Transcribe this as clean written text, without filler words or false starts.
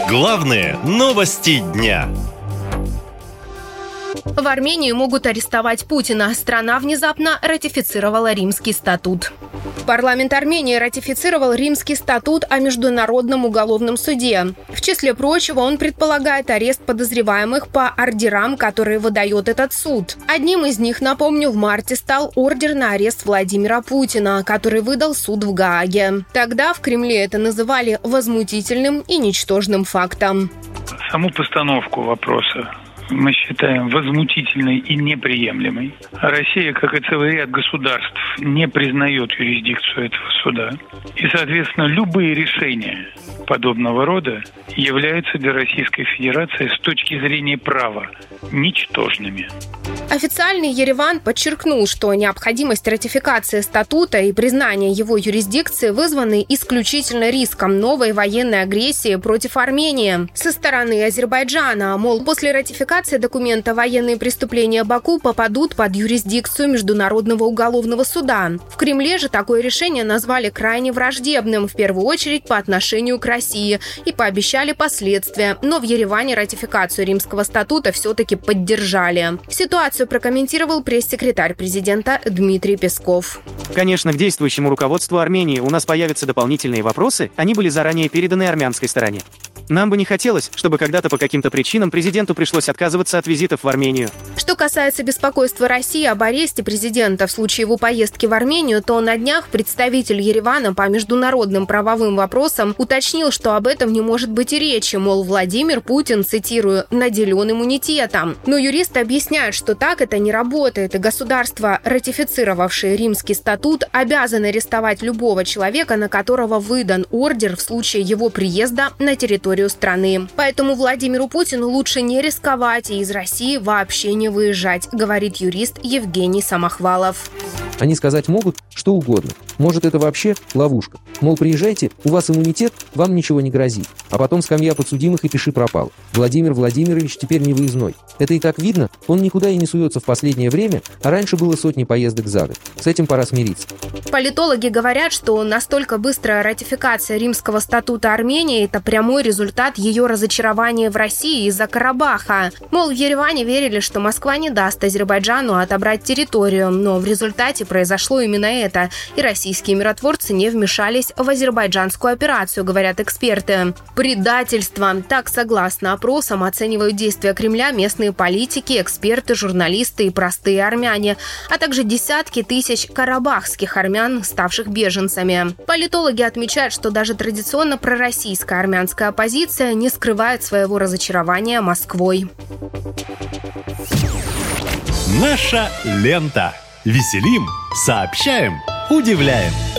Главные новости дня. В Армении могут арестовать Путина. Страна внезапно ратифицировала Римский статут. Парламент Армении ратифицировал Римский статут о Международном уголовном суде. В числе прочего, он предполагает арест подозреваемых по ордерам, которые выдает этот суд. Одним из них, напомню, в марте стал ордер на арест Владимира Путина, который выдал суд в Гааге. Тогда в Кремле это называли возмутительным и ничтожным фактом. Саму постановку вопроса мы считаем возмутительной и неприемлемой. Россия, как и целый ряд государств, не признает юрисдикцию этого суда. И, соответственно, любые решения подобного рода являются для Российской Федерации с точки зрения права ничтожными. Официальный Ереван подчеркнул, что необходимость ратификации статута и признания его юрисдикции вызваны исключительно риском новой военной агрессии против Армении со стороны Азербайджана. Мол, после ратификации документа военные преступления Баку попадут под юрисдикцию Международного уголовного суда. В Кремле же такое решение назвали крайне враждебным, в первую очередь по отношению к России, и пообещали последствия. Но в Ереване ратификацию Римского статута все-таки поддержали. Ситуацию прокомментировал пресс-секретарь президента Дмитрий Песков. Конечно, к действующему руководству Армении у нас появятся дополнительные вопросы, они были заранее переданы армянской стороне. Нам бы не хотелось, чтобы когда-то по каким-то причинам президенту пришлось отказываться от визитов в Армению. Что касается беспокойства России об аресте президента в случае его поездки в Армению, то на днях представитель Еревана по международным правовым вопросам уточнил, что об этом не может быть и речи, мол, Владимир Путин, цитирую, наделен иммунитетом. Но юристы объясняют, что так это не работает, и государства, ратифицировавшие Римский статут, обязаны арестовать любого человека, на которого выдан ордер в случае его приезда на территорию страны. Поэтому Владимиру Путину лучше не рисковать и из России вообще не выезжать, говорит юрист Евгений Самохвалов. Они сказать могут что угодно. Может, это вообще ловушка. Мол, приезжайте, у вас иммунитет, вам ничего не грозит. А потом скамья подсудимых и пиши пропал. Владимир Владимирович теперь не выездной. Это и так видно, он никуда и не суется в последнее время, а раньше было сотни поездок за год. С этим пора смириться. Политологи говорят, что настолько быстрая ратификация Римского статута Армении – это прямой результат ее разочарования в России из-за Карабаха. Мол, в Ереване верили, что Москва не даст Азербайджану отобрать территорию, но в результате произошло именно это, и российские миротворцы не вмешались в азербайджанскую операцию, говорят эксперты. Предательство. Так, согласно опросам, оценивают действия Кремля местные политики, эксперты, журналисты и простые армяне, а также десятки тысяч карабахских армян, ставших беженцами. Политологи отмечают, что даже традиционно пророссийская армянская оппозиция не скрывает своего разочарования Москвой. Наша лента. Веселим, сообщаем, удивляем.